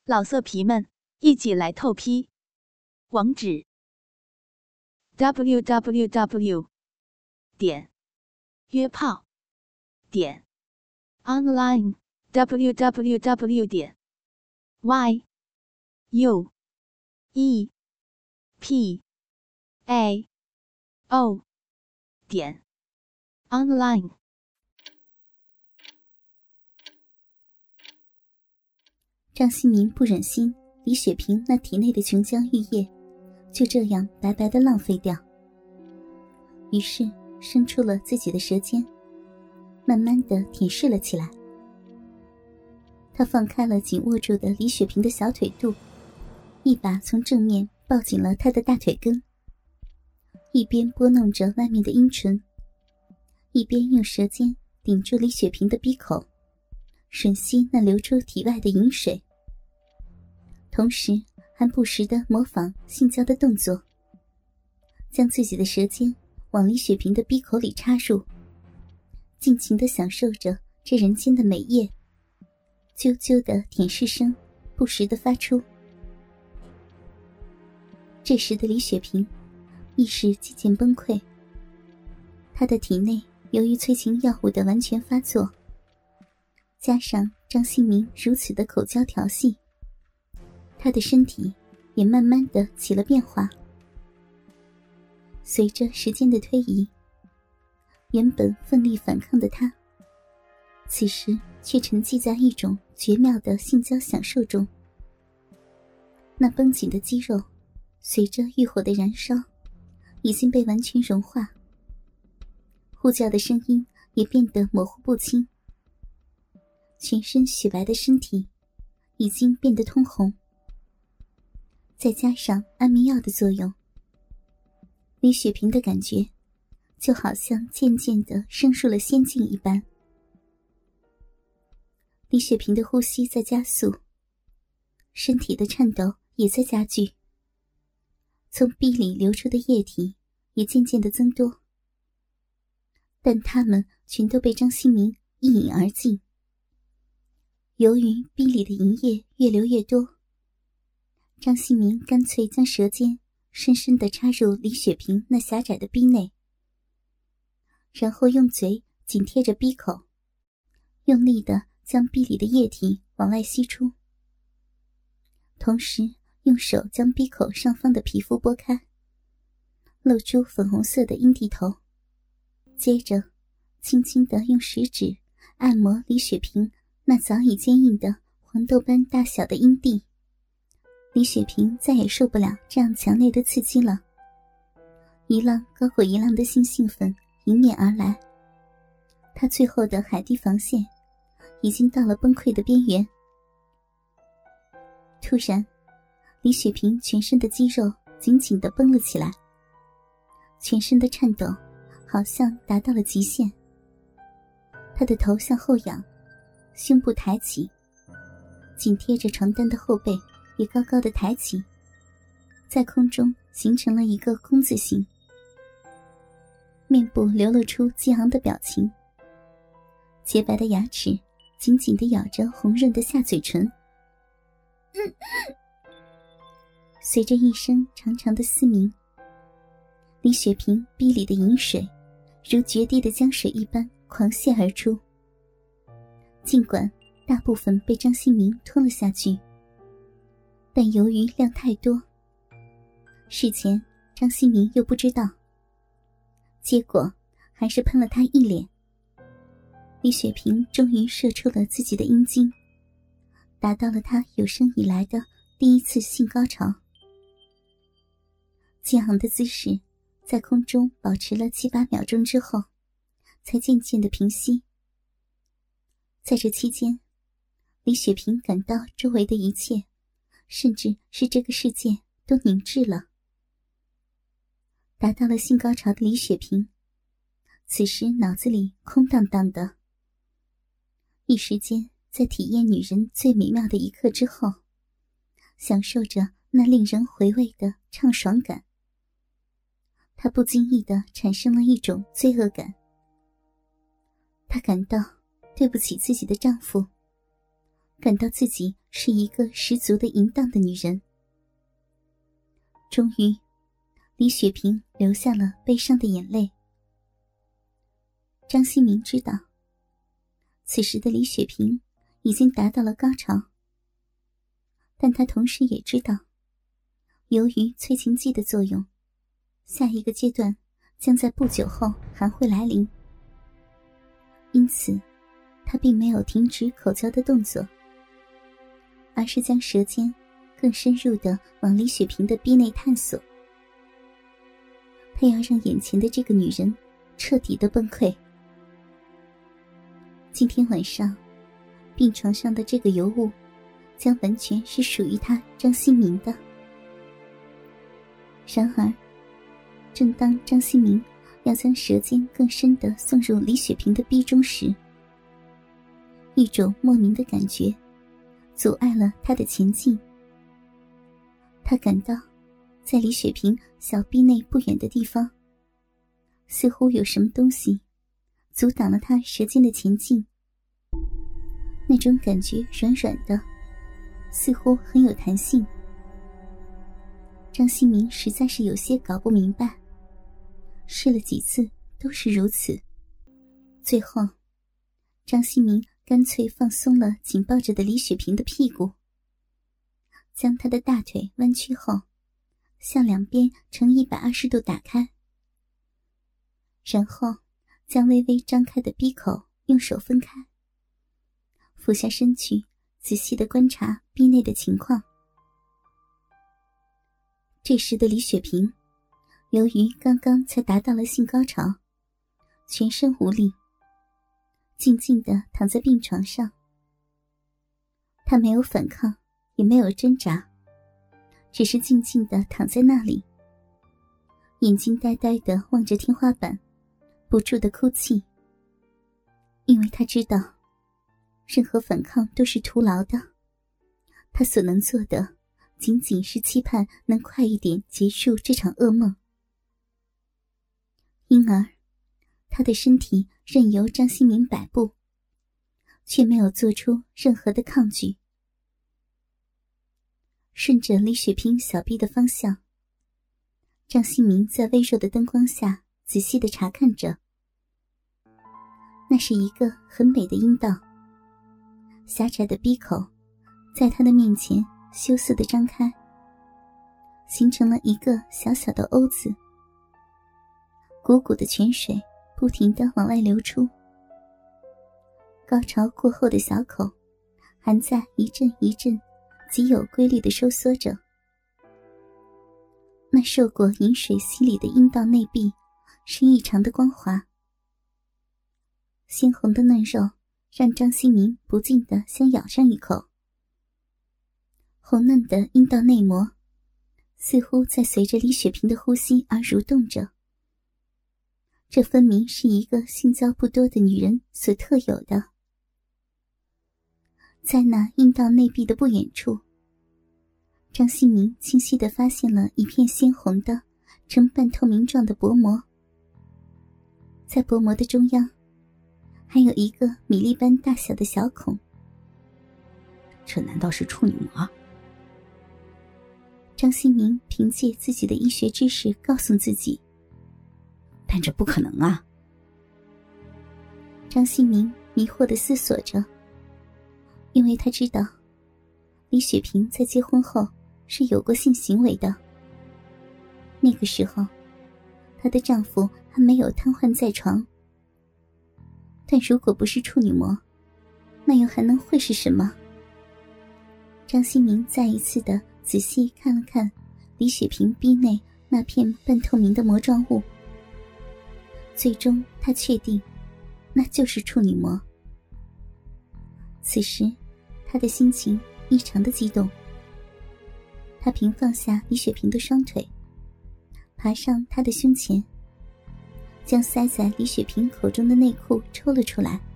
老色皮们，一起来透批！网址 www.约炮online www.yuepao.online。 张新民不忍心李雪萍那体内的琼浆玉液就这样白白的浪费掉，于是伸出了自己的舌尖，慢慢的舔舐了起来。他放开了紧握住的李雪萍的小腿肚，一把从正面抱紧了她的大腿根，一边拨弄着外面的阴唇，一边用舌尖顶住李雪萍的鼻口，吮吸那流出体外的饮水，同时还不时地模仿性交的动作，将自己的舌尖往李雪萍的鼻口里插入，尽情地享受着这人间的美业，啾啾的舔舐声不时地发出。这时的李雪萍意识渐渐崩溃，她的体内由于催情药物的完全发作，加上张新民如此的口交调戏，他的身体也慢慢的起了变化。随着时间的推移，原本奋力反抗的他，此时却沉寂在一种绝妙的性交享受中。那绷紧的肌肉随着欲火的燃烧已经被完全融化，呼叫的声音也变得模糊不清，全身雪白的身体已经变得通红，再加上安眠药的作用，李雪萍的感觉就好像渐渐地升入了仙境一般。李雪萍的呼吸在加速，身体的颤抖也在加剧，从壁里流出的液体也渐渐地增多，但它们全都被张新民一饮而尽。由于壁里的银液越流越多，张新民干脆将舌尖深深地插入李雪萍那狭窄的壁内，然后用嘴紧贴着壁口，用力地将壁里的液体往外吸出，同时用手将壁口上方的皮肤拨开，露出粉红色的阴蒂头，接着轻轻地用食指按摩李雪萍那早已坚硬的黄豆般大小的阴蒂。李雪萍再也受不了这样强烈的刺激了，一浪高过一浪的性兴奋迎面而来，她最后的海堤防线已经到了崩溃的边缘。突然，李雪萍全身的肌肉紧紧地绷了起来，全身的颤抖好像达到了极限。她的头向后仰，胸部抬起，紧贴着床单的后背也高高的抬起，在空中形成了一个弓字形，面部流露出激昂的表情，洁白的牙齿紧紧地咬着红润的下嘴唇。随着一声长长的嘶鸣，李雪萍逼里的饮水如决堤的江水一般狂泻而出，尽管大部分被张新民吞了下去，但由于量太多，事前张新民又不知道，结果还是喷了他一脸。李雪萍终于射出了自己的阴茎，达到了他有生以来的第一次性高潮。激昂的姿势在空中保持了7-8秒钟之后，才渐渐地平息。在这期间，李雪萍感到周围的一切，甚至是这个世界都凝滞了。达到了性高潮的李雪萍，此时脑子里空荡荡的，一时间在体验女人最美妙的一刻之后，享受着那令人回味的畅爽感，她不经意地产生了一种罪恶感。她感到对不起自己的丈夫，感到自己是一个十足的淫荡的女人。终于，李雪萍流下了悲伤的眼泪。张新民知道，此时的李雪萍已经达到了高潮，但他同时也知道，由于催情剂的作用，下一个阶段将在不久后还会来临。因此，他并没有停止口交的动作，而是将舌尖更深入地往李雪萍的逼内探索。他要让眼前的这个女人彻底的崩溃。今天晚上，病床上的这个尤物将完全是属于他张新民的。然而，正当张新民要将舌尖更深地送入李雪萍的逼中时，一种莫名的感觉阻碍了他的前进。他感到在李雪萍小臂内不远的地方，似乎有什么东西阻挡了他舌尖的前进。那种感觉软软的，似乎很有弹性。张新民实在是有些搞不明白，试了几次都是如此。最后，张新民干脆放松了紧抱着的李雪萍的屁股，将她的大腿弯曲后向两边呈120度打开，然后将微微张开的闭口用手分开，俯下身去仔细地观察壁内的情况。这时的李雪萍由于刚刚才达到了性高潮，全身无力，静静地躺在病床上。她没有反抗，也没有挣扎，只是静静地躺在那里，眼睛呆呆地望着天花板，不住地哭泣。因为她知道任何反抗都是徒劳的，她所能做的仅仅是期盼能快一点结束这场噩梦。因而她的身体任由张新民摆布，却没有做出任何的抗拒。顺着李雪萍小臂的方向，张新民在微弱的灯光下仔细地查看着。那是一个很美的阴道，狭窄的闭口在他的面前羞涩地张开，形成了一个小小的 O 字。汩汩的泉水不停地往外流出，高潮过后的小口还在一阵一阵极有规律地收缩着。那受过饮水洗礼的阴道内壁是异常的光滑，鲜红的嫩肉让张新民不禁地想咬上一口。红嫩的阴道内膜似乎在随着李雪萍的呼吸而蠕动着，这分明是一个性交不多的女人所特有的。在那阴道内壁的不远处，张新民清晰地发现了一片鲜红的呈半透明状的薄膜，在薄膜的中央还有一个米粒般大小的小孔。 这难道是处女膜？ 张新民凭借自己的医学知识告诉自己， 但这不可能啊！ 张新民迷惑地思索着，因为他知道李雪萍在结婚后是有过性行为的。那个时候她的丈夫还没有瘫痪在床，但如果不是处女膜，那又还能会是什么？张新民再一次的仔细看了看李雪萍逼内那片半透明的膜状物，最终他确定那就是处女膜。此时他的心情异常的激动，他平放下李雪萍的双腿，爬上她的胸前，将塞在李雪萍口中的内裤抽了出来。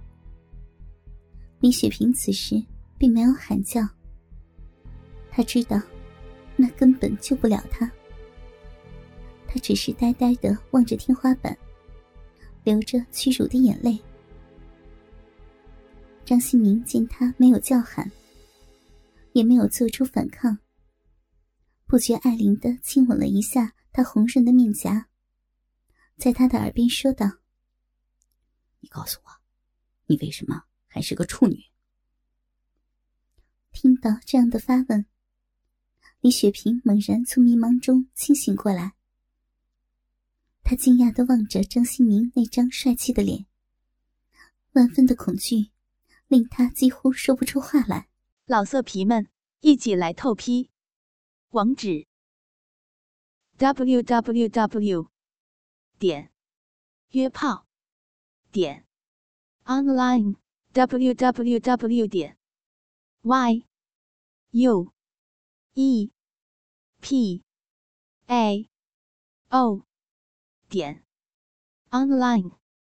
李雪萍此时并没有喊叫，她知道那根本救不了她，她只是呆呆地望着天花板，流着屈辱的眼泪。张新民见她没有叫喊， 也没有做出反抗，不觉爱怜地亲吻了一下他红润的面颊，在他的耳边说道： 你告诉我，你为什么还是个处女？ 听到这样的发问，李雪萍猛然从迷茫中清醒过来。她惊讶地望着张新民那张帅气的脸，万分的恐惧令她几乎说不出话来。 老色皮们，一起来透批！网址 www.约炮.online www.yuepao.online